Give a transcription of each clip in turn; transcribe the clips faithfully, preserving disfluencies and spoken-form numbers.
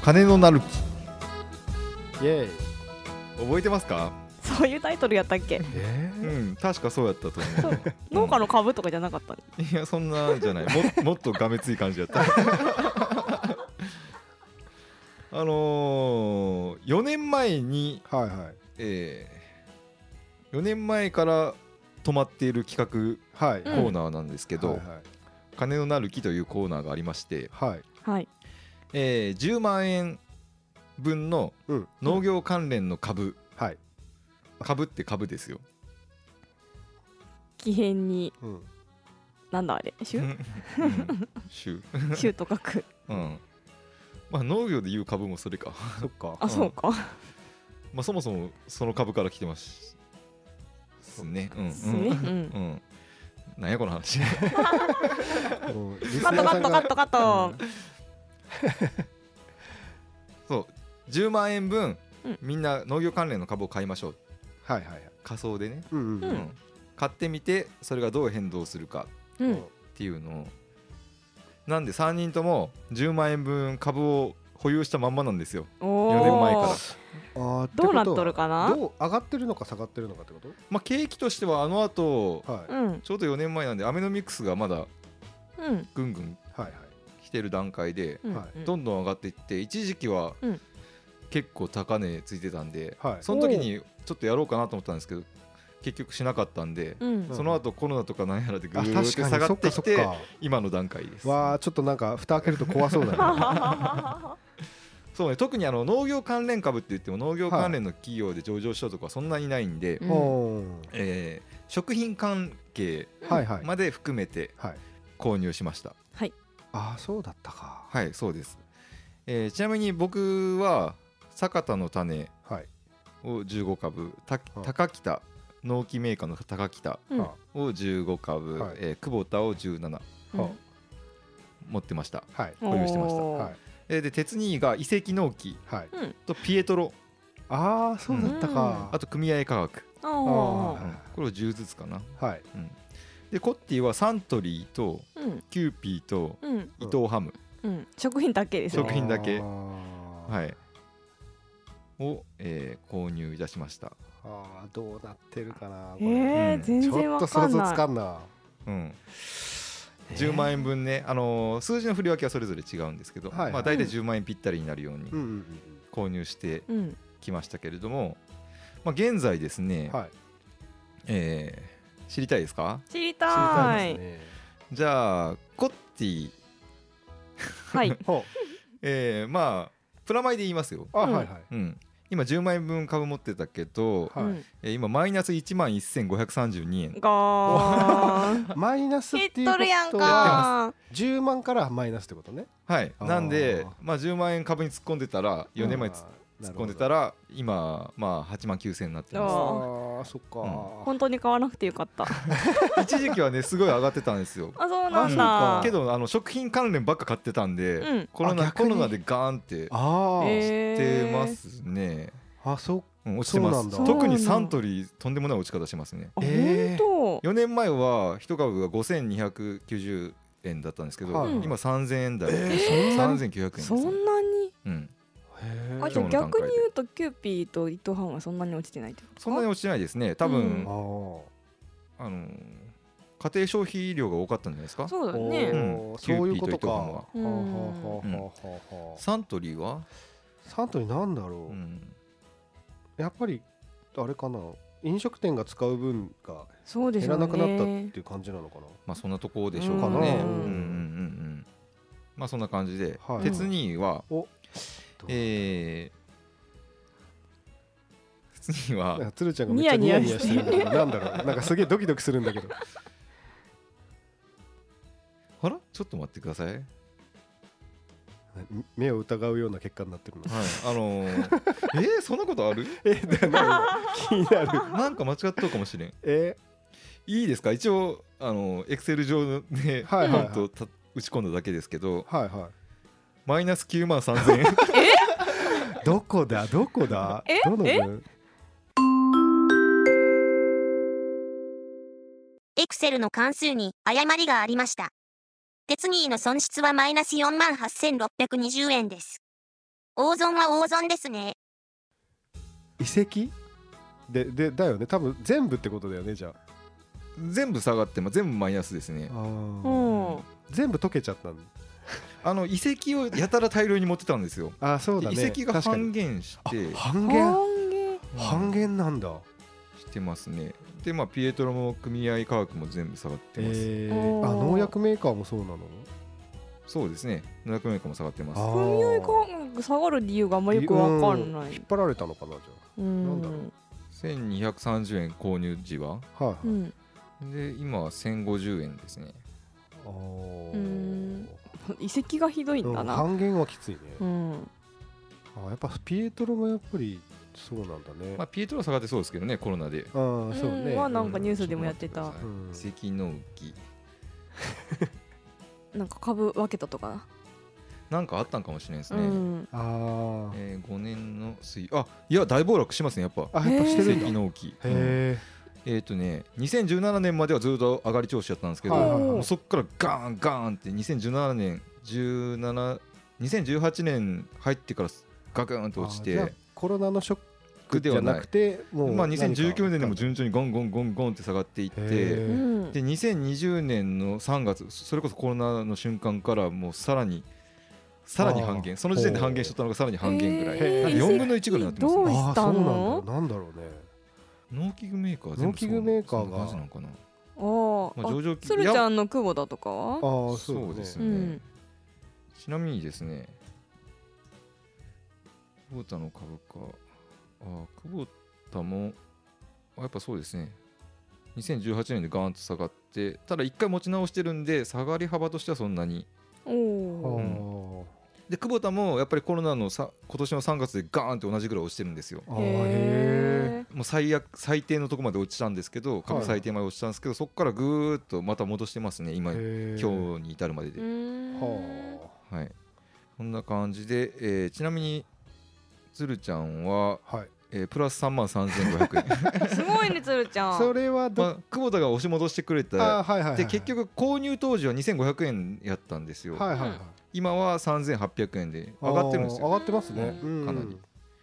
金のなるイエーイ。 木覚えてますか？ そういうタイトルやったっけ？ えうー、 ん確かそうやったと思う農家の株とかじゃなかったの？ いやそんなんじゃないももっとがめつい感じやったあのー、よねんまえに、 はいはいえー、よねんまえから止まっている企画はい、 コーナーなんですけど、 はい金のなる木というコーナーがありまして、 はい、はい、 はい。 えー、じゅうまんえんぶんのうん、 農業関連の株、 はい、 株って株ですよ木片にうん、 なんだあれ種うん種種と書く。 うんまあ農業でいう株もそれかそっか。 あ、そうか。 まあそもそもその株から来てますねうんうんすね。うん。 うんなんやこの話うんリスカットカッナーさんがトカットカット。 そうじゅうまんえんぶん、 うんみんな農業関連の株を買いましょうはいはいはい。 仮想でね、 うんうんううんん。 買ってみてそれがどう変動するかうん。 っていうのをなんでさんにんともじゅうまんえんぶん株を保有したまんまなんですよおよねんまえからお。 あーどうなっとるかな？ どう上がってるのか下がってるのかってこまあ景気としてはあの後と？はい、 うんちょうどよねんまえなんでアベノミクスがまだうんぐんぐんはいはい来てる段階でうんはいうん。 どんどん上がっていって一時期はうん結構高値ついてたんで、 はいその時にちょっとやろうかなと思ったんですけど結局しなかったんで、 うんその後コロナとかなんやらでぐあーって確かに下がってきそってか今の段階です。 わあちょっとなんか蓋開けると怖そうだねそうね、特にあの農業関連株って言っても農業関連の企業で上場したとかそんなにないんで、 うんほーえー食品関係はいはいまで含めてはい購入しました。 ああそうだったかはいそうです、えーちなみに僕は坂田の種はいをじゅうごかぶたはい高北農機メーカーの高北うんはをじゅうごかぶ、 はいえー久保田をじゅうななうんは持ってました。 はい保有してましたおーはいえーで鉄にが遺跡農機はいうんとピエトロ、 ああそうだったかあと組合科学、 おあーうんこれをじゅうずつかな。 はいでコッティはサントリーとうんキューピーとうん伊藤ハム、 うん。食品だけですね。 食品だけあーはいを、えー購入いたしました。 あーどうなってるかなこえれーうんちょ全然わっと想像かんない。 つかんなうんじゅうまんえんぶんね、あのー数字の振り分けはそれぞれ違うんですけど、 はいはいまあ、大体じゅうまんえんぴったりになるようにうんうん購入してうんきましたけれども、まあ、現在ですね、 うんはいえー知りたいですか？ 知り知りたたい。 いですねじゃあコッティ、 はい。 ほえーまあプラマイで言いますよ、 うんうあはいはいうん、今じゅうまんえんぶん株持ってたけど、 はいうんえー今マイナスいちまんせんごひゃくさんじゅうにえん。 がー。 マイナスっ知っていうこととるやんか。 じゅうまんからマイナスってことねはいあーなんで、まあ、じゅうまんえん株に突っ込んでたらよねんまえつあー突っ込んでたなるら今まあはちまんきゅうせんになってまあほーどあーそっか本当に買わなくてよかった。 す。一時期はねすごい上がってたんですよ。 あ、そうなんあだ。 けどあの食品関連ばっか買ってたんで、 うんコロナあ逆にコロナでガーンってあーえー出ますね、 あそうん落ちてます。 そうなんだ特にサントリーとんでもない落ち方しますね。 あ、 えー本よねんまえは一株がごせんにひゃくきゅうじゅうえんだったんですけど、 はい今さんぜんえん台、 えーそんなにさんぜんきゅうひゃくえん当。 です、ねそんなに。 うん、 へーあ、じゃあ今日の段階で逆に言うとキューピーと伊藤ハムはそんなに落ちてないってことか。 そんなに落ちてないですね多分、 うんあーあのー家庭消費量が多かったんじゃないですか。 そうだおね。 ーうんそういうことかキューピーと伊藤ハムははあはあはあはあはあサントリーは、 サントリーなんだろう、 うんやっぱりあれかな飲食店が使う分がそうでしょう減らなくなったっねて。いう感じなのかなまあそんなところでしょうかうんね。うんうんうんううんん。まあそんな感じで、 はい鉄には、 おえー、鉄にはなんか鶴ちゃんがめっちゃニヤニヤしてるんだけどなんだろうなんかすげえドキドキするんだけどあらちょっと待ってください。はい、 目を疑うような結果になってるのあのー、えー、そんなことある？ えだな気になるなんか間違っとうかもしれん。 えいいですか？一応あのエクセル上ではいはいはいポンとた打ち込んだだけですけど、 はいはマイナスきゅうまんさんぜんえん。 いどこだどこだえどの分エクセルの関数に誤りがありました。鉄ニーの損失はマイナスよんまんはっせんろっぴゃくにじゅうえんです。 大損は大損ですね。 遺跡ででだよね、多分全部ってことだよね。じゃ全部下がって、まあ、全部マイナスですね。 ああうーん全部溶けちゃったの。 あの遺跡をやたら大量に持ってたんですよ。 あーそうだね、 で遺跡が確かに半減してあ半減半減半減なんだ。 してますね。でまあピエトロも組合価格も全部下がってます。 えー、 おーあ農薬メーカーもそうなの？ そうですね。農薬メーカーも下がってます。 あー組合価格下がる理由があんまよくわかんない引っ張られたのかな。じうんなんだろせんにひゃくさんじゅうえん購入時はゃあはいはい、 うんで今はせんごじゅうえんですね。 あーうん遺跡がひどいんだうんな半減はきついね、 うんあやっぱピエトロもやっぱりそうなんだね、 まあピエトロは下がってそうですけどね、コロナで。 あーそうね、 うんはなんかニュースでもやってたちょっと待ってくださいうん遺跡納期なんか株分けたとかなんかあったんかもしれないですね。 うんあーえーごねんの水あいや大暴落しますねやっぱ。 あやっぱしてるんだ、 遺跡納期。うんへえっ、とねにせんじゅうななねんまではずっと上がり調子だったんですけど、 はいはいはいもうそっからガーンガーンってにせんじゅうななねんじゅうなな にせんじゅうはちねん入ってからガクーンと落ちあじゃあて、 コロナのショックじゃではないなくてもうまあ、にせんじゅうきゅうねんでも何か順調にゴンゴンゴンゴンって下がっていって、 へうーんでにせんにじゅうねんのさんがつそれこそコロナの瞬間からもうさらにさらに半減、その時点で半減しとったのがさらに半減ぐらい、 へーなんでよんぶんのいちぐらいになってますね。 どうしたのあーそうなんだ、なんだろうね。 農機具メーカーは全部農機具メーカーがそんな感じなのかな。 あまあ、上場あ鶴ちゃんの久保田とかはああそそううですね。 うんちなみにですね、久保田の株価、あー久保田もあやっぱそうですね、にせんじゅうはちねんでガーンと下がって、ただいっかい持ち直してるんで、下がり幅としてはそんなに。 おあおーで、久保田もやっぱりコロナのさ今年のさんがつでガーンって同じぐらい落ちてるんですよ。 あーへへもう最悪最低のとこまで落ちたんですけど、過去最低まで落ちたんですけど、そこからぐーっとまた戻してますね、今、 え今日に至るまでで。 えうんははい、こんな感じで、えーちなみに鶴ちゃんは、 あはい。 えープラスさんまんさんぜんごひゃくえんすごいね鶴ちゃんそれはど、 まあ、久保田が押し戻してくれあた。 ーはいはいはい。 で結局購入当時はにせんごひゃくえんやったんですよ。 はいはいはい。 今はさんぜんはっぴゃくえんで上がってるんですよ。 あー上がってますね。 ううんんかなり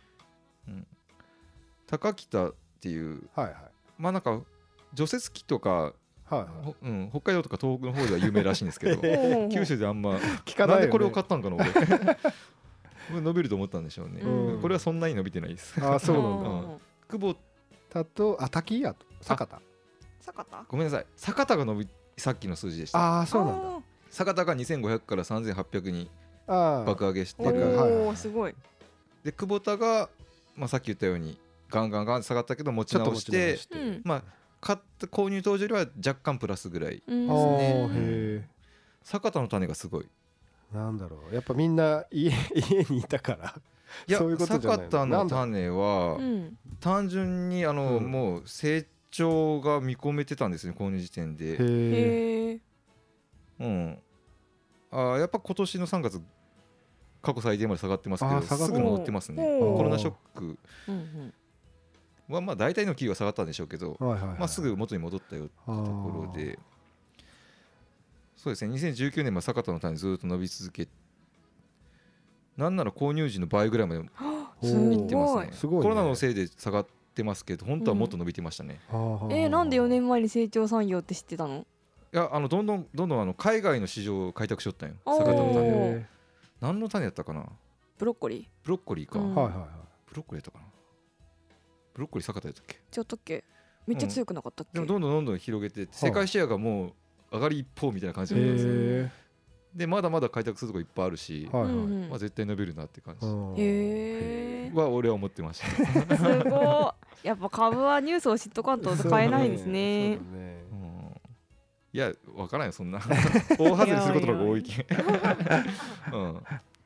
高北っていうはいはいまあなんか除雪機とか、 はいはい。 ほうん、北海道とか東北の方では有名らしいんですけどほうほうほう九州であんま聞かないよね。 なんでこれを買ったんかな俺これ伸びると思ったんでしょうね、 うんこれはそんなに伸びてないですあーそうなんだ。 うん久保たとあ滝屋と坂田。 坂田ごめんなさい坂田が伸びさっきの数字でした。 ああそうなんだ。 あ坂田がにせんごひゃくからさんぜんはっぴゃくにああ爆上げしてー爆上げはいおおすごいで久保田が、まあ、さっき言ったようにガンガンガンって下がったけど持ちちょっと持ち直して直して。 うんまあ買った購入当時よりは若干プラスぐらい。 うんああねへ坂田の種がすごい。 え。なんだろう。やっぱみんな家家にいたから。 いやそういうことじゃない坂田の種はうん単純にあの、 うんもう成長が見込めてたんですね購入時点で。 へえ。 へえうん、あーやっぱ今年のさんがつ過去最低まで下がってますけどあー下がっすぐ戻ってますね。 おーコロナショックうんうんはまあ大体の企業は下がったんでしょうけど、 はいはいはい。 まあ、すぐ元に戻ったよってとところで、そうですねにせんじゅうきゅうねんまで坂田の種ずっと伸び続け、なんなら購入時の倍ぐらいまですおーいってますね。 すごいねコロナのせいで下がってますけど本当はもっと伸びてましたね。 えーなんでよねんまえに成長産業って知ってたのいやあのどんどんどんどんあの海外の市場を開拓しよったんよおー坂田の種。 へ何の種やったかな、 ブロッコリーブロッコリーか、 うんーはいはいはい。 ブロッコリーやったかな、ブロッコリー坂田やったっけ。 ちょっとっけめっちゃ強くなかったっけでもどんどんどんどん広げてって世界シェアがもう上がり一方みたいな感じへだったんですよ。 え。 でまだまだ開拓するとこいっぱいあるし、 はいはい。 うんうんまあ、絶対伸びるなって感じうんへえは俺は思ってました。 すごいやっぱ株はニュースを知っとかんと買えないんですねそうだねうんいや分からんよそんな大外れすることの方が多いけんうん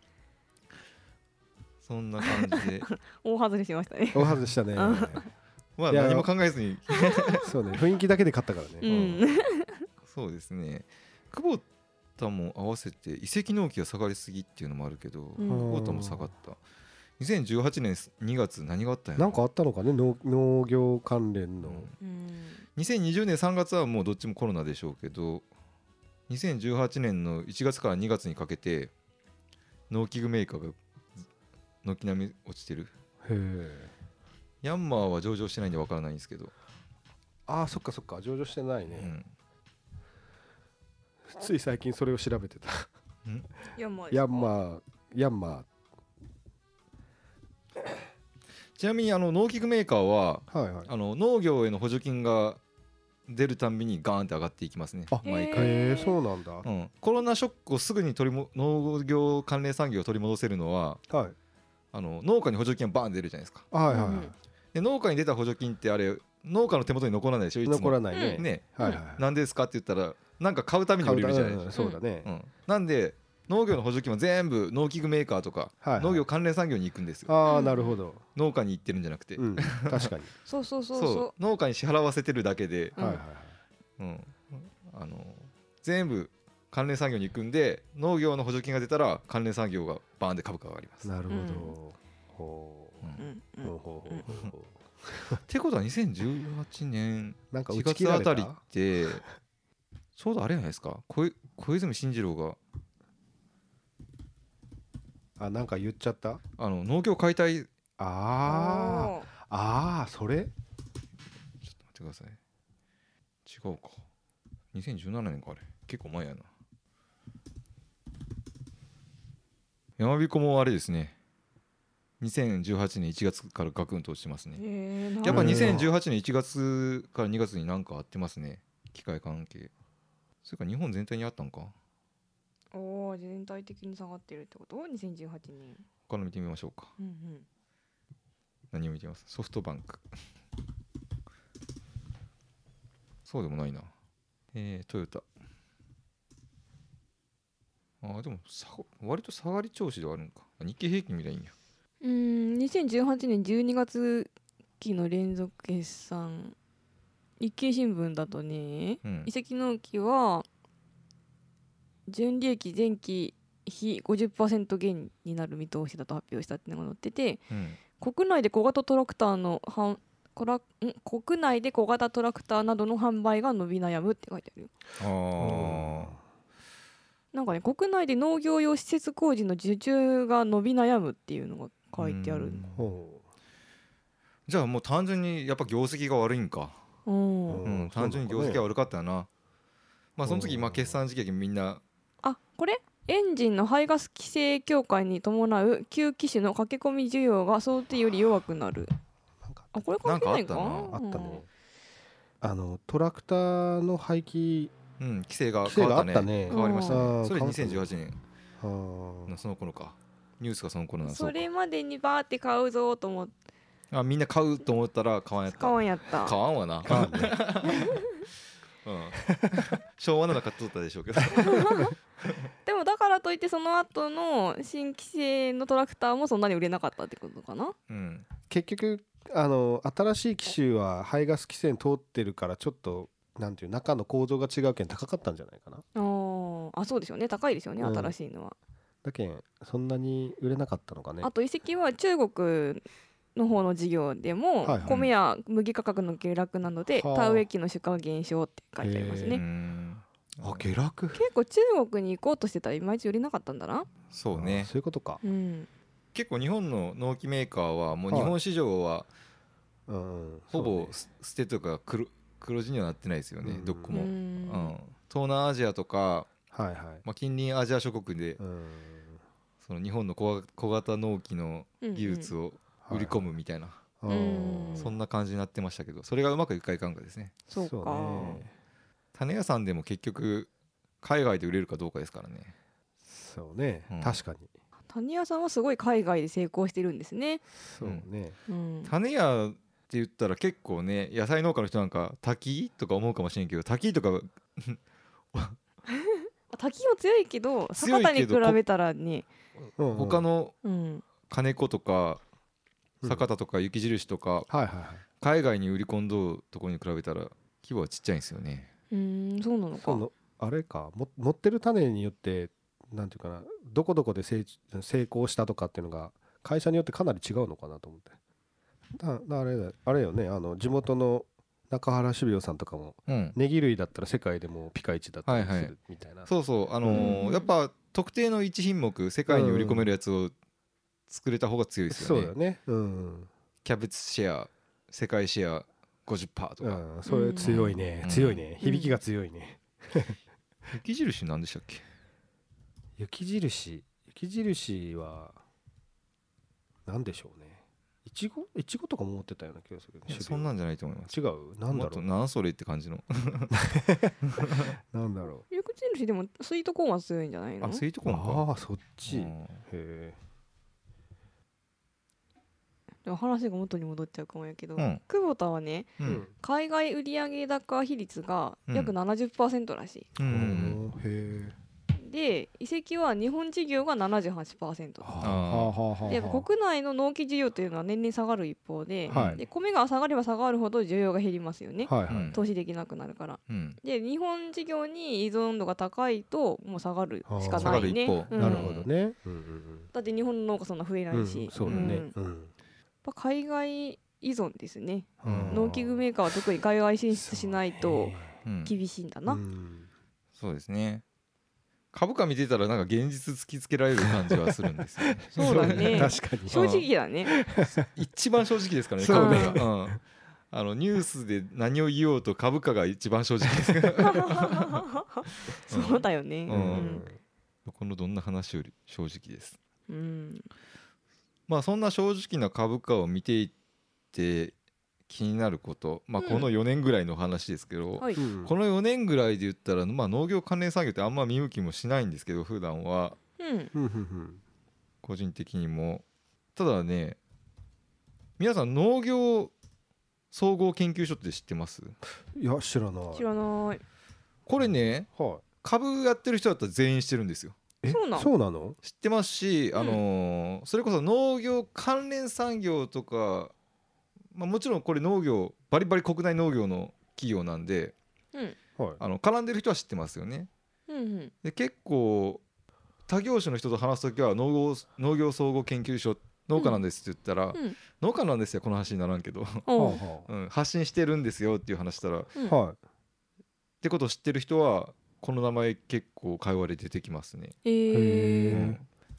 そんな感じで大外れしましたね大外したね。 まあいや何も考えずにそうね。雰囲気だけで買ったからうね。 んそうですね久保田も合わせて遺跡納期が下がりすぎっていうのもあるけど、 うん久保田も下がったにせんじゅうはちねんにがつ何があったんやろなんかあったのかね、農農業関連の。 うんにせんにじゅうねんさんがつはもうどっちもコロナでしょうけどにせんじゅうはちねんのいちがつからにがつにかけて農機具メーカーが軒並み落ちてる。 へえ。 ヤンマーは上場してないんでわからないんですけど、 ああそっかそっか上場してないね、 うんつい最近それを調べてたヤンマーですかヤンマーヤンマちなみにあの農機具メーカーはーはいはい。 あの農業への補助金が出るたんびにガーンって上がっていきますねあ毎回、 へえそうなんだ、 うん、コロナショックをすぐに取りも農業関連産業を取り戻せるのははいあの農家に補助金がバーン出るじゃないですか。 はいはいはい、 うんで農家に出た補助金ってあれ農家の手元に残らないでしょいつも残らないね、 ね、 はいはいはい、 なんでですかって言ったらなんか買うために売れるじゃないですか、 そうだね、 うん、なんで農業の補助金は全部農機具メーカーとかはいはい農業関連産業に行くんですよ。 ああなるほど、 農家に行ってるんじゃなくて、 うん確かにそうそうそうそうそ農家に支払わせてるだけで、 うんはいはいはいうん、あの全部関連産業に行くんで農業の補助金が出たら関連産業がバーンで株価が上がります。 なるほど、 うんほうんう、うんうんうほうほうほうほうほってことはにせんじゅうはちねんうなんか 4 打ち切られた月あたりってちょうどあれじゃないですか小い小泉進次郎があなんか言っちゃったあの農業解体あーあーそれちょっと待ってください違うかにせんじゅうななねんかあれ結構前やな。山彦もあれですねにせんじゅうはちねんいちがつからガクンと落ちてますね。 へーやっぱうんにせんじゅうはちねんいちがつからにがつになんかあってますね機械関係。それから日本全体にあったんか。 おお全体的に下がってるってことにせんじゅうはちねん。 他の見てみましょうか。 うんうん何を見てますソフトバンクそうでもないな。えー、トヨタあーでもさ割と下がり調子ではあるんか。日経平均みたいんや。 うーんにせんじゅうはちねんじゅうにがつ期の連続決算日経新聞だとね、 うん移籍納期は純利益前期比 ごじゅっパーセント 減になる見通しだと発表したっていうのが載ってて、 うん国内で小型トラクターの販こらん国内で小型トラクターなどの販売が伸び悩むって書いてあるよ。 あなんかね国内で農業用施設工事の受注が伸び悩むっていうのがー書いてある。 うんほじゃあもう単純にやっぱ業績が悪いんか。 うんううん、単純に業績が悪かったよな。まあその時うんまあ決算時期みんなあこれエンジンの排ガス規制強化に伴う旧機種の駆け込み需要が想定より弱くなる。 なんかあこれ関係ないかなんかあったね、あのトラクターの排気うん規制が規制変わったね。 があったね変わりましたうんね。それ変わったねにせんじゅうはちねんあのその頃か。ニュースがその頃なんそれまでにバーって買うぞと思ってあみんな買うと思ったら買わんやった。 買わんやった。 買わんわな。 買わんねうん、昭和なら買っとったでしょうけど。 でもだからといってその後の新規制のトラクターもそんなに売れなかったってことかな。 うん結局あの新しい機種は排ガス規制に通ってるからちょっとなんていう中の構造が違うけん高かったんじゃないかな。 あーあそうですよね高いですよね、 うん新しいのは。 だけんそんなに売れなかったのかね。 あと移籍は中国の方の事業でも、 はいはい米や麦価格の下落なので、 はあ田植え機の出荷減少って書いてありますうね。 んあ下落結構中国に行こうとしてたらいまいち売れなかったんだな。 そうね。 そういうことか。 うん結構日本の農機メーカーはもうはい日本市場はうんうんほぼそす捨てとか黒黒字にはなってないですよね、 うんどこも、 うんうん、東南アジアとか、 うねはいはい。 まあ、近隣アジア諸国でうんその日本の小小型農機の技術を売り込むみたいな、 うんうんそんな感じになってましたけど、それがうまくいくかいかんかですね。 そうかそうね種屋さんでも結局海外で売れるかどうかですからね。 そうねうん確かに谷屋さんはすごい海外で成功してるんですね。 そうね。 うん、 種屋って言ったら結構ね野菜農家の人なんか滝とか思うかもしれんけど、滝とか滝も強いけど強い酒田けどに比べたらね、 うんうん他のうん、 金子とかうん酒田とか雪印とかはいはいはい。 海外に売り込んどるところに比べたら規模はちっちゃいんですよね。 うーんそうなのか。 そのあれかも持ってる種によってなんていうかなどこどこで成成功したとかっていうのが会社によってかなり違うのかなと思ってだだあれだあれよねあの地元の中原種苗さんとかもうん、 ネギ類だったら世界でもピカイチだったりすはいはいるみたいな、 そうそうあのーうんやっぱ特定の一品目世界に売り込めるやつを作れた方が強いですよね。 そうだね。うん。 キャベツシェア世界シェア ごじゅっパーセント とか、 うん、それ強いね、 うん強いね、響きが強いね。 雪印なんでしたっけ？ 雪印、雪印はなんでしょうね。いちご、いちごとかも持ってたような気がするけど、 いやそんなんじゃないと思います。 違う、なんだろう、 もっとなんそれって感じのなんだろ雪印でもスイートコーンは強いんじゃないの？ あスイートう。 コーンか。 ああ、そっち。へうんえ。 でも話が元に戻っちゃうかもやけど、 うん久保田はねううんん。 海外売上高比率が約 ななじゅっパーセント らしい、 うんうんへえ。 で移籍は日本事業が ななじゅうはちパーセント、 はあはあはあはあ。 でやっぱ国内の農機需要というのは年々下がる一方で、 はいで米が下がれば下がるほど需要が減りますよね、 はいはい。 うん投資できなくなるから。 うんで日本事業に依存度が高いともう下がるしか下がるないね、 一方うんなるほどね。うんうんだって日本の農家そんな増えうん。 ないし、 うん、そうだね。 んやっうん。 ぱ海外依存ですね。 うん農機具メーカーは特に海外進出しないとうん厳しいんだうな、 ん。 そうですね。株価見てたらなんか現実突きつけられる感じはするんですよね。 そうだね確かに。 正直だね一番正直ですからねそう株ね価が、うん、あのニュースで何を言おうと株価が一番正直ですからそうだよねううんん。 このどんな話より正直です。 うんまあそんな正直な株価を見ていって気になること、まあ、 うんこのよねんぐらいの話ですけど、 はい、 うん。 このよねんぐらいで言ったら、まあ、農業関連産業ってあんま見向きもしないんですけど普段はうんうんうんうん。 個人的にも。ただね皆さん農業総合研究所って知ってます？ いや、知らない。 知らない。 これねは株やってる人だったら全員してるんですよ。 い。えそうなんそうなの？ 知ってますし、 うんあのーそれこそ農業関連産業とか、まあ、もちろんこれ農業バリバリ国内農業の企業なんでうんはい。 あの絡んでる人は知ってますよね。 うんうんで結構他業種の人と話すときは農業農業総合研究所農家なんですって言ったら、 うん農家なんですよこの話にならんけど、 おうはうん、発信してるんですよっていう話したらっうんあはあ。はい。 てことを知ってる人はこの名前結構会話で出てきますね。 えへーー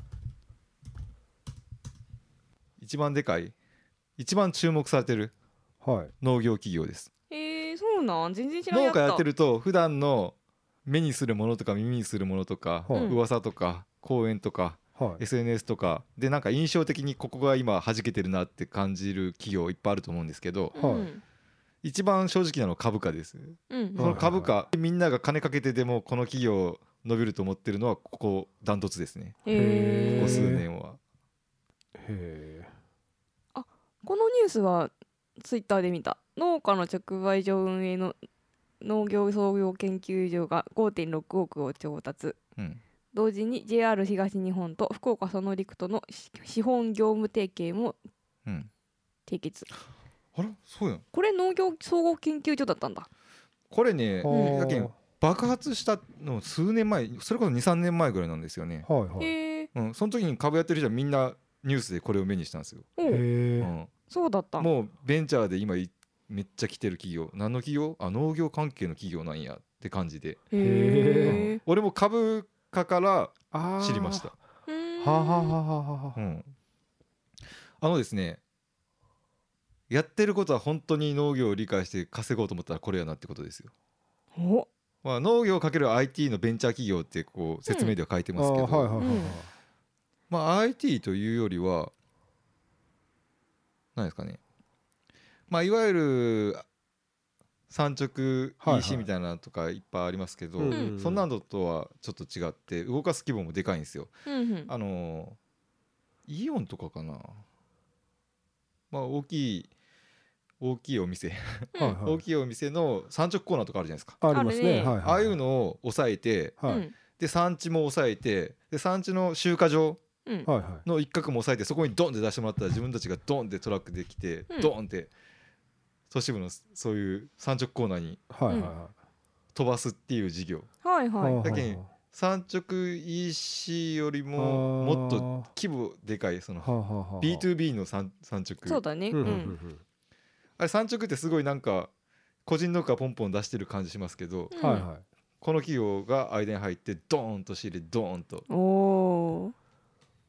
一番でかい一番注目されてるはい。 農業企業です。 えー、そうなん全然知らなかった。 農家やってると普段の目にするものとか耳にするものとか、 はい噂とか講演とかはい。 エスエヌエス とかでなんか印象的にここが今弾けてるなって感じる企業いっぱいあると思うんですけど、 はいうん一番正直なのは株価です。 うんその株価みんなが金かけてでもこの企業伸びると思ってるのはここダントツですね。 えーここ数年は。 へえ。 このニュースはツイッターで見た。農家の直売所運営の農業創業研究所が ごてんろくおくを調達。 うん同時に ジェイアール 東日本と福岡その陸とのし資本業務提携もうん、 締結。 あらそうやん。 これ農業総合研究所だったんだ。 これねはあやけん爆発したの数年前それこそ にさんねんまえぐらいなんですよね。 はいはい。へへえ。 うん、その時に株やってる人はみんなニュースでこれを目にしたんですよ。 おうえ。 うんそうだった。 もうベンチャーで今いめっちゃ来てる企業何の企業あ農業関係の企業なんやって感じで、 へえ。 俺も株価からあー知りました。。 うーんはあはあはあはあはあ。 うん、あのですねやってることは本当に農業を理解して稼ごうと思ったらこれやなってことですよ。 おまあ、農業×アイティー のベンチャー企業ってこう説明では書いてますけど、 あーはいはいはいはい。 まあ、アイティー というよりは何ですかね、まあ、いわゆる産直はいはいイーシー みたいなのとかいっぱいありますけど、 うんそんなのとはちょっと違って動かす規模もでかいんですよ。 うんうんあのイオンとかかな、まあ、大きい大きいお店、 はいはい大きいお店の産直コーナーとかあるじゃないですか。 ありますね。 あるねはいはい。 ああいうのを抑えてはい。 うんで産地も抑えてで産地の集荷場うんはいはい。 の一角も抑えてそこにドンって出してもらったら自分たちがドンってトラックで来て、 うんドンって都市部のそういう産直コーナーにはいはいは飛ばすっていう事業。 はいはいい。 だけん産直 イーシー よりももっと規模でかいそのはあはあはあビーツービー の産産直そうだね。 ううんうんうんん。 あれ産直ってすごいなんか個人農家ポンポン出してる感じしますけど、 うん。はいはい。 この企業が間に入ってドーンと仕入れドーンとおお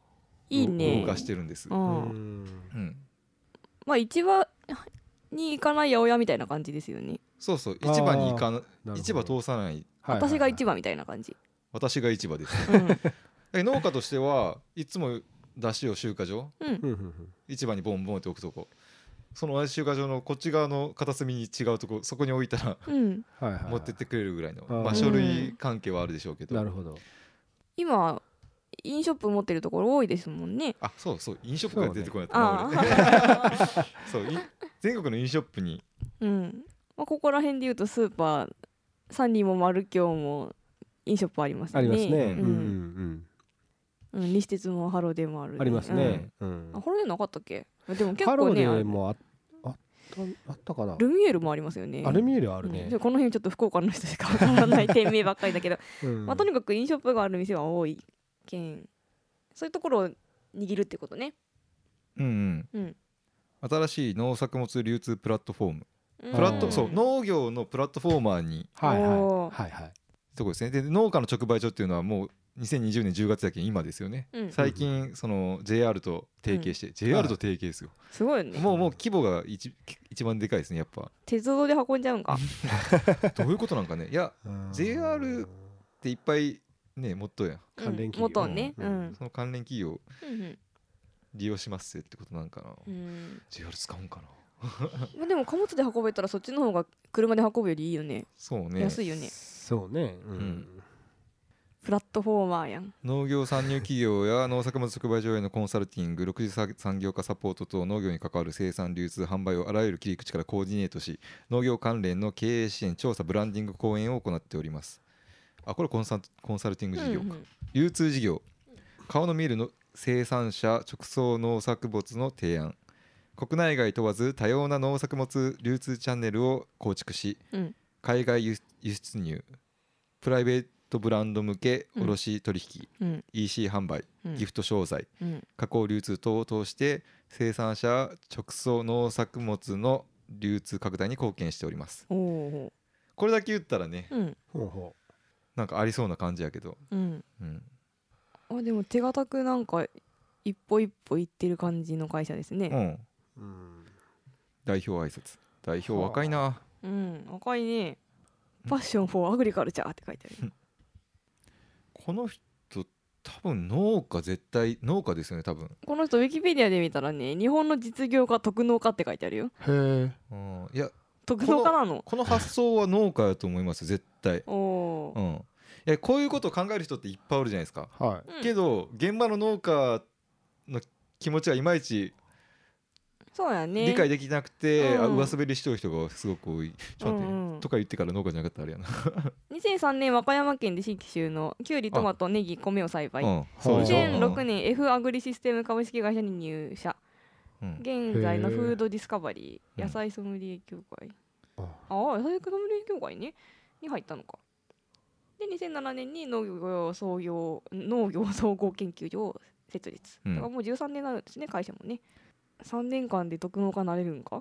いいね動かしてるんです。 ううんんうん、 まあ市場に行かない八百屋みたいな感じですよね。 そうそう、市場に行かななるほど市場通さない、 はいはい私が市場みたいな感じ。 私が市場です。 うんえ農家としてはいつも出汁を集荷場、 うんうんうんうん市場にボンボンって置くとこ、その同じ集荷場のこっち側の片隅に違うとこ、そこに置いたらうんはいはいはい持ってってくれるぐらいの、 あーまあ、書類関係はあるでしょうけど、 なるほど。 今飲ショップ持ってるところ多いですもんね。 あそうそう、飲食から出てこないとあな、俺あそうい全国の飲ショップにうんまあ、ここら辺で言うとスーパーサニーもマルキョウも飲ショップありますね。 ありますね。 ううんんうんうん、西鉄もハロデもある、 うん。ありますね。うんうん、あハロデなかったっけ？でも結ハロ構ねあるでもああったあったかな。 ルミエールもありますよね。 アルミエールああるね。 この辺ちょっと福岡の人しかわからない店名ばっかりだけど、 うんまあ、とにかく飲ショップがある店は多いけんそういうところを握るってことね。 うんうんうん新しい農作物流通プラットフォーム、 うんプラットそう農業のプラットフォーマーにはいはいおーはいはい。 とこですね。で農家の直売所っていうのはもうにせんにじゅうねんじゅうがつだけど今ですよね。 うん最近その ジェイアール と提携して、ジェイアール と提携ですよ。 すごいよね。 もうもう規模が一一番でかいですねやっぱ。 鉄道で運んじゃうんか。 どういうことなんかね。いやうんジェイアール っていっぱいねもっとや関連企業元ね。ううんんその関連企業うんうん利用しますってことなんかな。 うんジェイアール 使うんかな。 まあでも貨物で運べたらそっちの方が車で運ぶよりいいよね。 そうね。 安いよね。 そうね。ううんん。 プラットフォーマーやん。 農業参入企業や農作物直売所へのコンサルティング、六次産業化サポートと農業に関わる生産流通販売をあらゆる切り口からコーディネートし、農業関連の経営支援調査ブランディング講演を行っております。あこれコンサコンサルティング事業か、 うんうん流通事業、顔の見えるの生産者直送農作物の提案、国内外問わず多様な農作物流通チャンネルを構築し、 うん海外輸輸出入、プライベートブランド向けうん卸取引、 うんイーシー 販売、 うんギフト商材、 うん加工流通等を通して生産者直送農作物の流通拡大に貢献しております。 おおこれだけ言ったらね、 うんほうほなんかありそうな感じやけど、 うんうん、 あでも手堅くなんか一歩一歩行ってる感じの会社ですね。 うん、 う。うん。 代表挨拶、代表若いな。 うん若いね。パッションフォーアグリカルチャーって書いてある。 この人多分農家絶対農家ですよね多分、 この人ウィキペディアで見たらね日本の実業家特農家って書いてあるよ。 へえ。 うん、いや特農家なの。 この発想は農家やと思います絶対、 おおう。ん、いやこういうことを考える人っていっぱいあるじゃないですか。 はうんけど現場の農家の気持ちがいまいちそうやね。 理解できなくて、 うんあ上滑りしてる人がすごく多い。ちょっと待って、 うんうんとか言ってから農家じゃなかったらあれやな。 にせんさんねん和歌山県で新規収納きゅうりトマトネギ米を栽培。 うん、そうでしょ。 にせんろくねん F アグリシステム株式会社に入社。 うん現在のフードディスカバリーうん野菜ソムリエ協会、 あああ野菜ソムリエ協会ねに入ったのか。でにせんななねんに農業創業農業総合研究所を設立、 うんだからもうじゅうさんねんなんですね会社もね。さんねんかんで特農家なれるんか、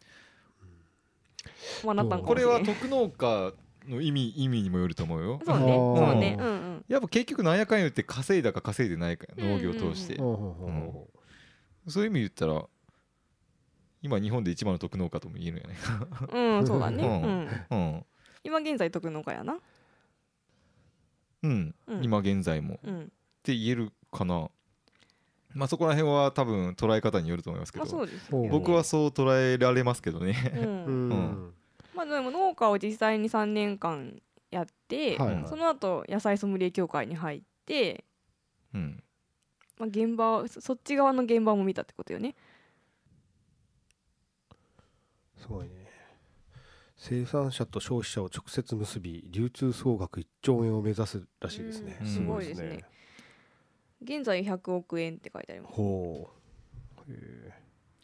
まあなったんかもこれしれんは特農家の意味意味にもよると思うよ。 そうねあーそうねうんうんやっぱ結局なんやかんや言って稼いだか稼いでないか農業を通して、 うんほうほうほうほそういう意味で言ったら今日本で一番の特農家とも言えるんやね。 うんそうだね、 ううんん、 今現在特農家やな。 うん、 うん今現在もっうんて言えるかな。まあそこら辺は多分捉え方によると思いますけど、 まあそうですほうよね。 僕はそう捉えられますけどね。 うう。うんん。 まあでも農家を実際にさんねんかんやって、 はいはいその後野菜ソムリエ協会に入って、 うん、 まあ、現場をそそっち側の現場も見たってことよね。 すごいね。生産者と消費者を直接結び流通総額いっちょうえんを目指すらしいですね。 うんすごいですね。現在ひゃくおくえんって書いてあります。 ほう。へ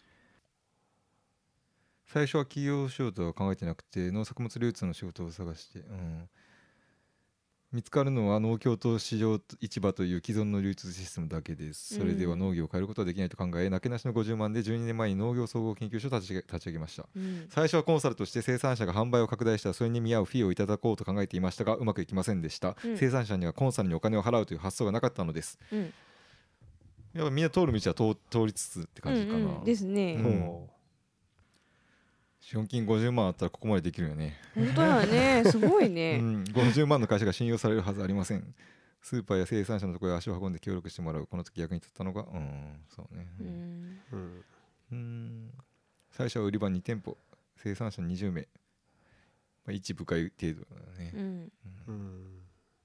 最初は企業仕事は考えてなくて農作物流通の仕事を探して、うん、見つかるのは農協と市場市場という既存の流通システムだけです。それでは農業を変えることはできないと考え、なけなしのごじゅうまんでじゅうにねんまえに農業総合研究所を立ち上げ立ち上げました。 うん最初はコンサルとして生産者が販売を拡大したらそれに見合うフィーをいただこうと考えていましたがうまくいきませんでした、 うん生産者にはコンサルにお金を払うという発想がなかったのです。 うんやっぱみんな通る道は通通りつつって感じかな、 うんうん、ですね、 うんほ資本金ごじゅうまんあったらここまでできるよね、 本当だねすごいうね、 ん、ごじゅうまんの会社が信用されるはずありません。スーパーや生産者のところへ足を運んで協力してもらう。この時役に立ったのがうんそうねうんううんうん最初は売り場に店舗生産者にじゅうめい、まあ、一部会程度だね、 うん、 うん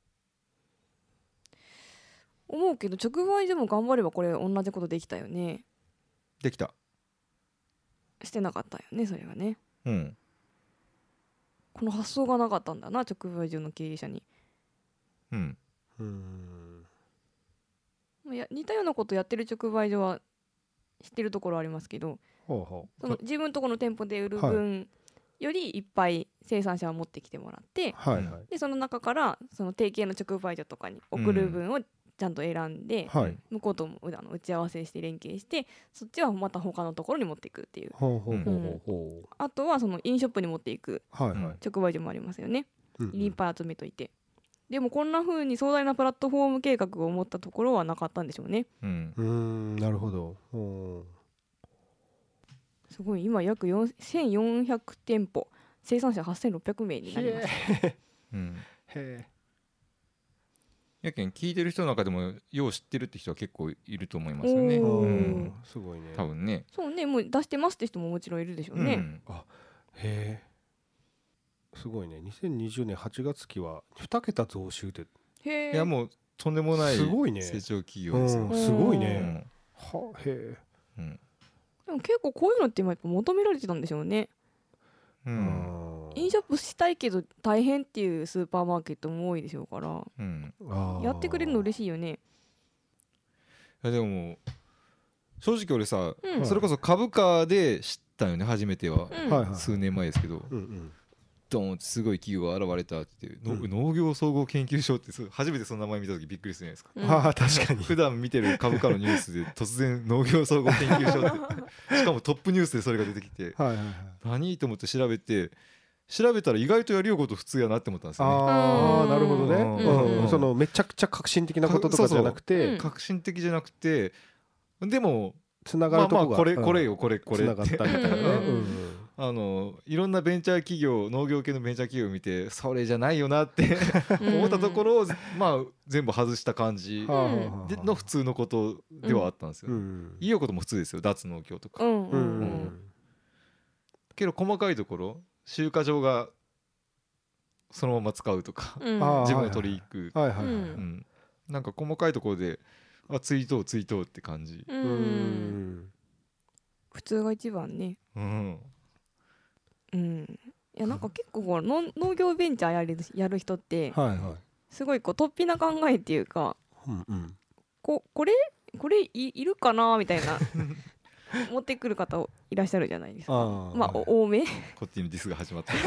思うけど直売所も頑張ればこれ同じことできたよね。 できた。 してなかったよねそれがね。 うんこの発想がなかったんだな直売所の経営者に。 うんうんまあや似たようなことやってる直売所は知ってるところありますけど、 ほうほその自分とこの店舗で売る分よりいっぱい生産者は持ってきてもらって、 うはいはいでその中からその提携の直売所とかに送る分をちゃんと選んで、 はい向こうともあの打ち合わせして連携してそっちはまた他のところに持っていくっていう。 ほうほうほうほうほあとはそのインショップに持っていくうはいはい直売所もありますよね。 うんうんいっぱい集めといて。でもこんな風に壮大なプラットフォーム計画を持ったところはなかったんでしょうね。 うんうーんなるほどほすごい今約よんせんよんひゃく店舗生産者はっせんろっぴゃくめいになります。 うんへやけん聞いてる人の中でもよう知ってるって人は結構いると思いますよね、 えおーうん、 すごいね多分ねそうねもう出してますって人ももちろんいるでしょうね。 うんへえすごいねにせんにじゅうねんはちがつ期はに桁増収ってへえ。 いやもうとんでもないすごいね成長企業ですよ、 うんすごいねうんはへうんでも結構こういうのって今やっぱ求められてたんでしょうね。 うえん飲食したいけど大変っていうスーパーマーケットも多いでしょうからうんやってくれるの嬉ししいよね。 いやでも正直俺さ、 うんそれこそ株価で知ったよね初めては、 うんはいはい数年前ですけど、 うんうんドーンってすごい企業が現れたっていう、のうん農業総合研究所ってそう初めてその名前見た時びっくりするじゃないですか。 うんああ確かに普段見てる株価のニュースで突然農業総合研究所ってしかもトップニュースでそれが出てきてはいはいはい何と思って調べて調べたら意外とやりようこと普通やなって思ったんですよね。 ああなるほどねうんうんうんそのめちゃくちゃ革新的なこととかじゃなくうてん革新的じゃなくてでもつながまあまあるとこがこれこれよこれこれつながったみたいなねうんうんあのいろんなベンチャー企業農業系のベンチャー企業を見てそれじゃないよなって思ったところをまあ全部外した感じはあはあはあでの普通のことではあったんですよ、 うんいいよことも普通ですよ脱農協とか、 うんううんんうんけど細かいところ集荷場がそのまま使うとか、 うんあー自分で取り行く、 はいはいはいうんうん、なんか細かいところであツイートをツイートって感じ、 ううんん普通が一番ね。 うんうんいやなんか結構こう農農業ベンチャーやるやる人ってはいはいすごいこう突飛な考えっていうかうんうんここれこれいいるかなみたいな持ってくる方いらっしゃるじゃないですか。 あーまあはいお多めこっちにディスが始まった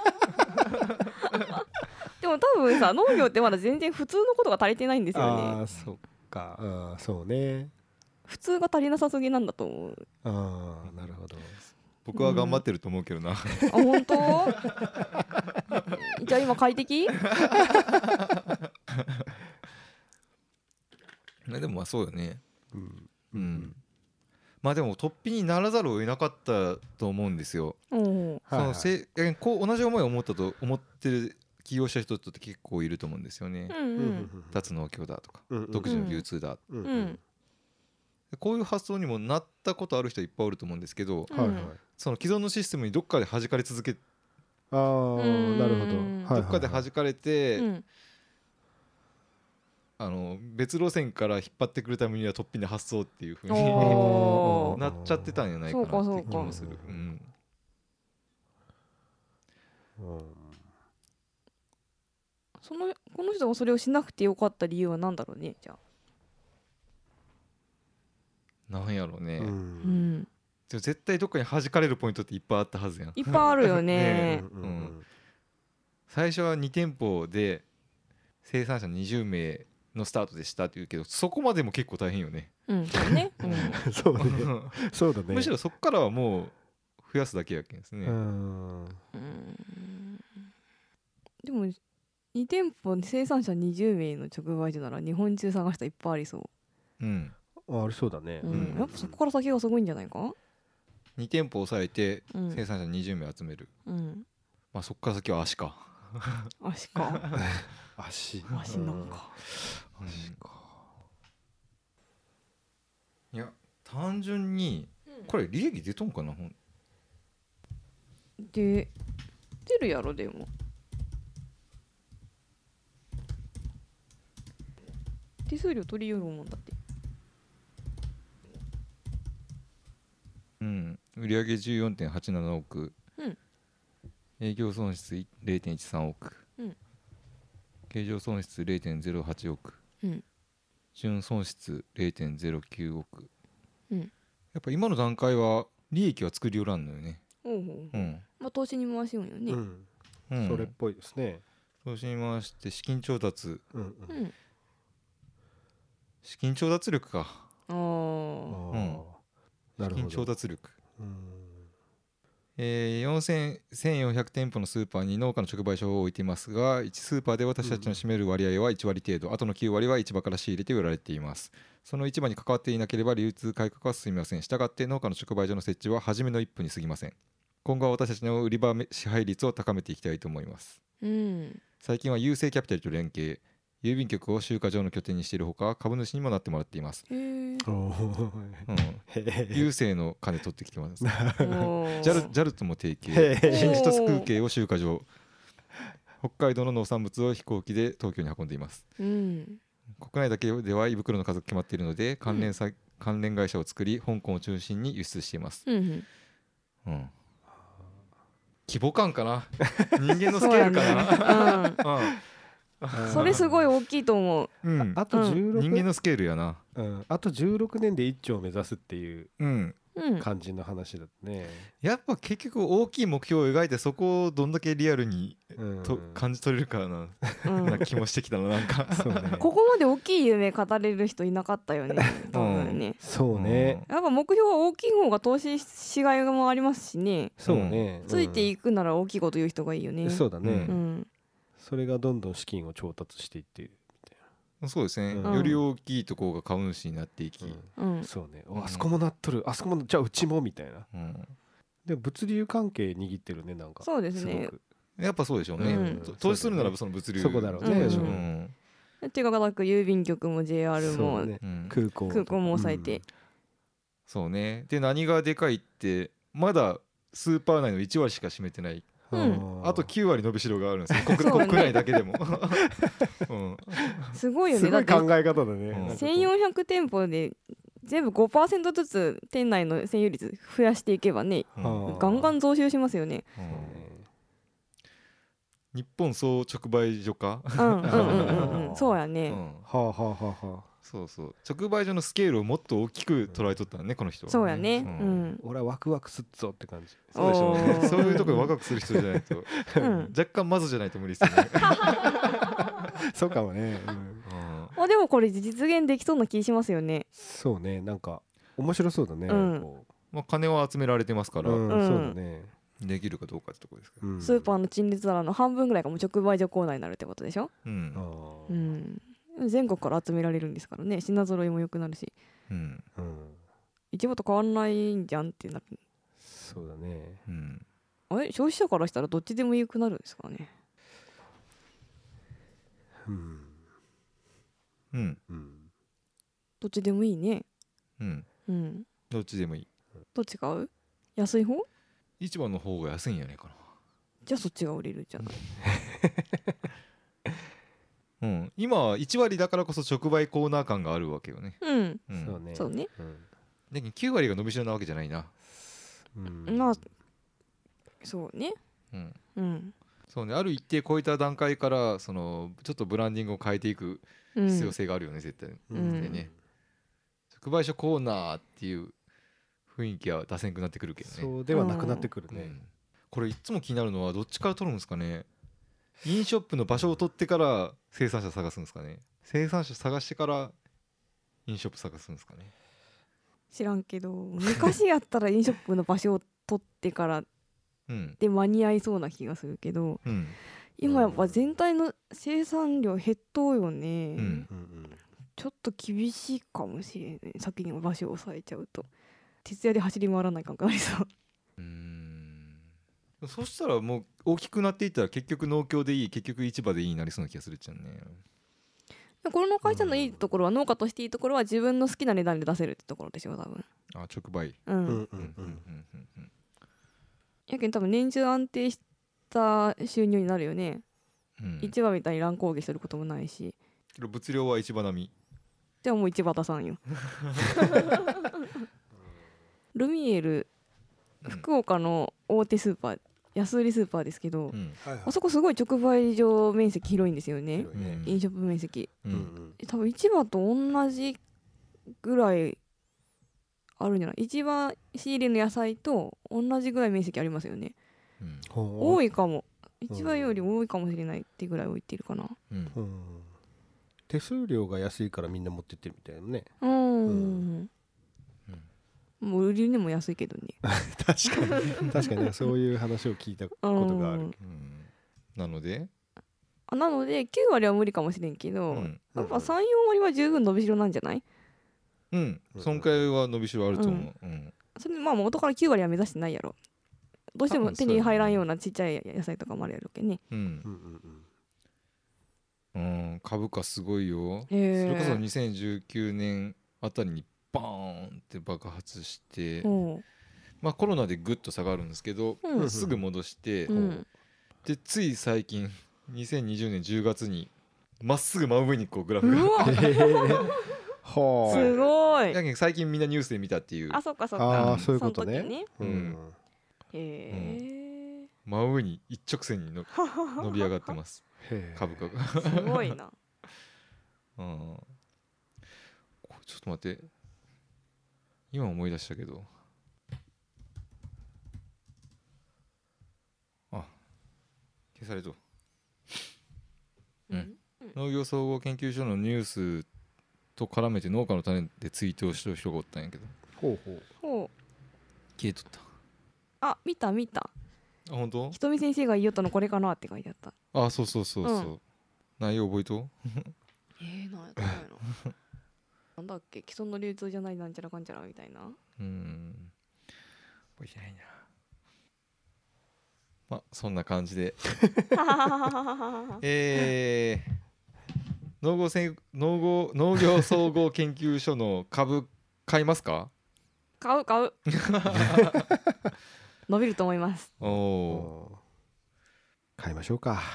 でも多分さ農業ってまだ全然普通のことが足りてないんですよあね。 あそっかあーそうね普通が足りなさすぎなんだと思う。 ああなるほど僕は頑張ってると思うけどな、 あ本当じゃあ今快適ねでもまあそうよねうんうんまあでも突飛にならざるを得なかったと思うんですよ。 うんはいそのせえこう同じ思いを思ったと思ってる起業した人って結構いると思うんですよね。 うんううんん脱農協だとかうんうん独自の流通だ、 うんうんこういう発想にもなったことある人いっぱいおると思うんですけど、 うんはいはいその既存のシステムにどっかで弾かれ続けああうんなるほどうんはいはいはいどっかで弾かれて、 うんあの別路線から引っ張ってくるためには突飛な発想っていう風におーなっちゃってたんじゃないかなって気もするそうかそうかうんうんそのこの人がそれをしなくてよかった理由は何だろうねじゃあ。 なんやろうね、 ううんんでも絶対どっかに弾かれるポイントっていっぱいあったはずやん。 いっぱいあるよねね。 うんうん最初はに店舗で生産者にじゅうめいのスタートでしたって言うけどそこまでも結構大変よね。 うんそうね。うんうんそうねそうだねむしろそこからはもう増やすだけやけんですね。 うんうんでもに店舗生産者にじゅうめいの直売所なら日本中探したらいっぱいありそう。 うんあありそうだね、 うんうんやっぱそこから先がすごいんじゃないか。 に店舗抑えてうん生産者にじゅうめい集める、 うんまあそこから先は足か足か足足なんか足かいや単純にこれ利益出とんかな、ほんで出るやろ。でも手数料取りよるもんだって。 うん売上 じゅうよんてんはちななおく、 うん営業損失 れいてんいちさんおく、 うん経常損失 れいてんゼロはちおく、 うん純損失 れいてんゼロきゅうおく、 うんやっぱ今の段階は利益は作りよらんのよね。 ほうほうほう、 うん、 まあ投資に回しようよね。 ううんうん、 んそれっぽいですね投資に回して資金調達うんうんうん資金調達力かああーーな資金るほど調達力、 うんえー、よんせんせんよんひゃく店舗のスーパーに農家の直売所を置いていますが、いちスーパーで私たちの占める割合はいちわり程度、あとのきゅうわりは市場から仕入れて売られています。その市場に関わっていなければ流通改革は進みません。したがって農家の直売所の設置は初めの一歩に過ぎません。今後は私たちの売り場支配率を高めていきたいと思います。 うん最近は郵政キャピタルと連携、郵便局を集荷場の拠点にしているほか、株主にもなってもらっています。 へえおーうん、 へ郵政の金取ってきてます。 おージャル, ジャルとも提携、 へー新千歳空景を集荷場、北海道の農産物を飛行機で東京に運んでいます。 うん国内だけでは胃袋の数が決まっているので、関連さ、関連会社を作り香港を中心に輸出しています。 うんうんうん、規模感かな人間のスケールかな、 うん、それすごい大きいと思う。 うんうん、 あとじゅうろく人間のスケールやな。 うんあとじゅうろくねんでいっちょう目指すっていううんうん感じの話だねやっぱ結局大きい目標を描いて、そこをどんだけリアルにうんと感じ取れるかな、 うんな気もしてきたな、なんかそうねここまで大きい夢語れる人いなかったよね多分ね。 そうねやっぱ目標は大きい方が投資しがいもありますしね。 そうねついていくなら大きいこと言う人がいいよね。 そうだね、 うんうんそれがどんどん資金を調達していっているそうですね、 うんより大きいところが株主になっていき、 うんそうね、 うんあそこもなっとるあそこもじゃあうちもみたいなうんでも物流関係握ってるねなんかそうですねごくやっぱそうでしょうね、 うんと投資するならばその物流そこだろうねでしょうんうん手がかく郵便局も ジェイアール も、 そうねうん空港空港も抑えて、 そうね。で何がでかいってまだスーパー内のいちわりしか占めてない、 うんあときゅうわり伸びしろがあるんですよ、国そうだね国内だけでも、うん、 すごいよね。 すごい考だってえ方だね、 うんなんかこうせんよんひゃく店舗で全部 ごパーセント ずつ店内の占有率増やしていけばね、 うんはあガンガン増収しますよね。 うんそうね日本総直売所か、 うんうんうんうんうんそうやうね。 ん、 はあはあはあはあそうそう直売所のスケールをもっと大きく捉えとったのね、この人は。 そうやね。 ううんん俺はワクワクすっぞって感じそうでしょうね。 おーそういうところでワクワクする人じゃないと、 うん若干まずじゃないと無理ですよね。 そうかもね、うんうんあでもこれ実現できそうな気しますよね。 そうねなんか面白そうだね、 うんこまあ、金は集められてますから、 ううん、 うんそうだね、 できるかどうかってところですけど、 うん、 スーパーの陳列棚の半分ぐらいがもう直売所コーナーになるってことでしょ。 うんあうーん全国から集められるんですからね。品揃いも良くなるし、 うんうん市場と変わんないんじゃんってなる。 そうだねうんあれ消費者からしたらどっちでも良くなるんですかね。 うんうんうんどっちでもいいね。 うんうんどっちでもいい。 どっち買う？安い方？ 市場の方が安いんやねえかじゃあそっちが売れるじゃない。 な。うん、今はいちわりだからこそ直売コーナー感があるわけよね。 うんうん、 そうねそうね。 うんだけどきゅうわりが伸びしろなわけじゃないな。 うんまあそうね。 うん、 うんそうね、ある一定超えた段階からそのちょっとブランディングを変えていくうん必要性があるよね、絶対。 うんでね直売所コーナーっていう雰囲気は出せんくなってくるけどね。 そうではなくなってくるね、 うん、これいつも気になるのはどっちから取るんですかね。飲ショップの場所を取ってから生産者探すんですかね。生産者探してから飲ショップ探すんですかね。 知らんけど昔やったら飲食店の場所を取ってからうんで間に合いそうな気がするけど、 うん今やっぱ全体の生産量減っとうよね。 うんうんうんちょっと厳しいかもしれない。先に場所を押さえちゃうと徹夜で走り回らないかんくなりそう。 うーんそしたらもう大きくなっていったら結局農協でいい結局市場でいいになりそうな気がするっちゃうね。 この会社のいいところは、農家としていいところは自分の好きな値段で出せるってところでしょ多分。 あ直売うん、 うんうんうんうんうんうんうんやけん多分年中安定した収入になるよね、 うん市場みたいに乱高下することもないし。 けど物量は市場並み。 じゃあもう市場出さんよルミエル福岡の大手スーパー安売りスーパーですけど、 うんはいはいあそこすごい直売所面積広いんですよね。 広いね飲食面積ううんんうん多分市場と同じぐらいあるんじゃない。市場仕入れの野菜と同じぐらい面積ありますよね。 うん多いいかも。市場より多いかもしれないってぐらい置いてるかな。 うんうん手数料が安いからみんな持ってってるみたいなねうん、 うんもう売りにも安いけどね。 確かに確かにねそういう話を聞いたことがあるうんうんなのであなのできゅう割は無理かもしれんけど、 うんやっぱさん、よん割は十分伸びしろなんじゃない。 うん損壊は伸びしろあると思ううんそれでまあ元からきゅう割は目指してないやろ。どうしても手に入らんようなちっちゃい野菜とかもあるやろけね。 うんうんうんうん株価すごいよ。そへれこそえ。 にせんじゅうきゅうねんあたりにバーンって爆発しておうまあコロナでグッと下がるんですけどうんすぐ戻してうんでつい最近にせんにじゅうねんじゅうがつにまっすぐ真上にこうグラフがうわうんへえはすごい。 だけど最近みんなニュースで見たっていうあそっかそっあか。 あそういうことねその時ううんんへえ。 真上に一直線にの伸び上がってますへえ株価がすごいな。 うんこれちょっと待って今思い出したけどあ消されとうん農業総合研究所のニュースと絡めて農家の種でツイートをしてる人がおったんやけどほうほうほう。 消えとったあ見た見た。 あ本当ひとみ先生が言いよったのこれかなって書いてあった。 あそうそうそうそう、 う内容覚えとえー、なんやったんやろなんだっけ、既存の流通じゃないなんちゃらかんちゃらみたいな。 うん覚えてないなまあそんな感じでえー、農業せん農業農業総合研究所の株買いますか買う買う伸びると思います。 おおうん買いましょうか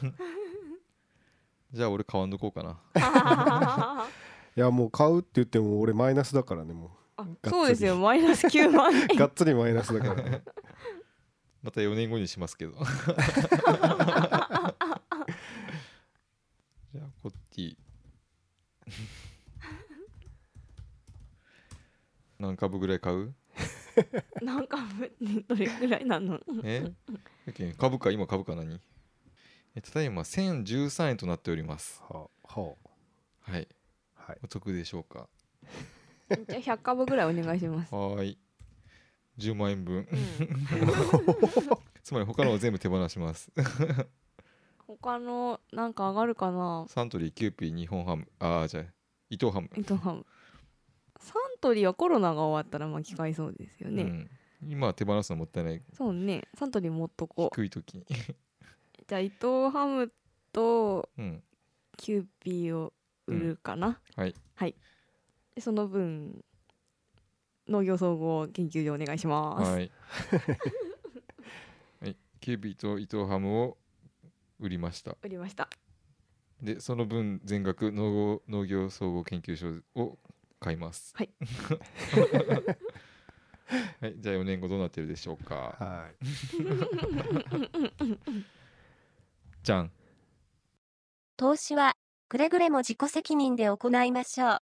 じゃあ俺買わんとこうかな。 いやもう買うって言っても俺マイナスだからねもありそうですよ、マイナスきゅうまんえんうがっつりマイナスだからねまたよねんごにしますけど。じゃあこっち何株ぐらい買う？ なんかどれくらいなのえやけん株価今株価何？えただいませんじゅうさんえんとなっております。 はあははい。 あはいお得でしょうか？ じゃあひゃく株ぐらいお願いします。 はーい。じゅうまんえんぶん。 うんつまり他のは全部手放します。 他のなんか上がるかな。 サントリー、キューピー、日本ハム、ああじゃあ伊藤ハム。 えっとサントリーはコロナが終わったら巻き返いそうですよね、 うん、今は手放すのもったいない。 そうね、サントリー持っとこう。 低い時に。 じゃあ伊藤ハムとうん。 キューピーを売るかな、 はいはい。でその分農業総合研究所お願いします。 はい。はい。キューピーと伊藤ハムを売りました。 売りました。 で、その分全額農農業総合研究所を買います。 はい。 はい。じゃあよねんごどうなってるでしょうか。 はいじゃん。 投資はくれぐれも自己責任で行いましょう。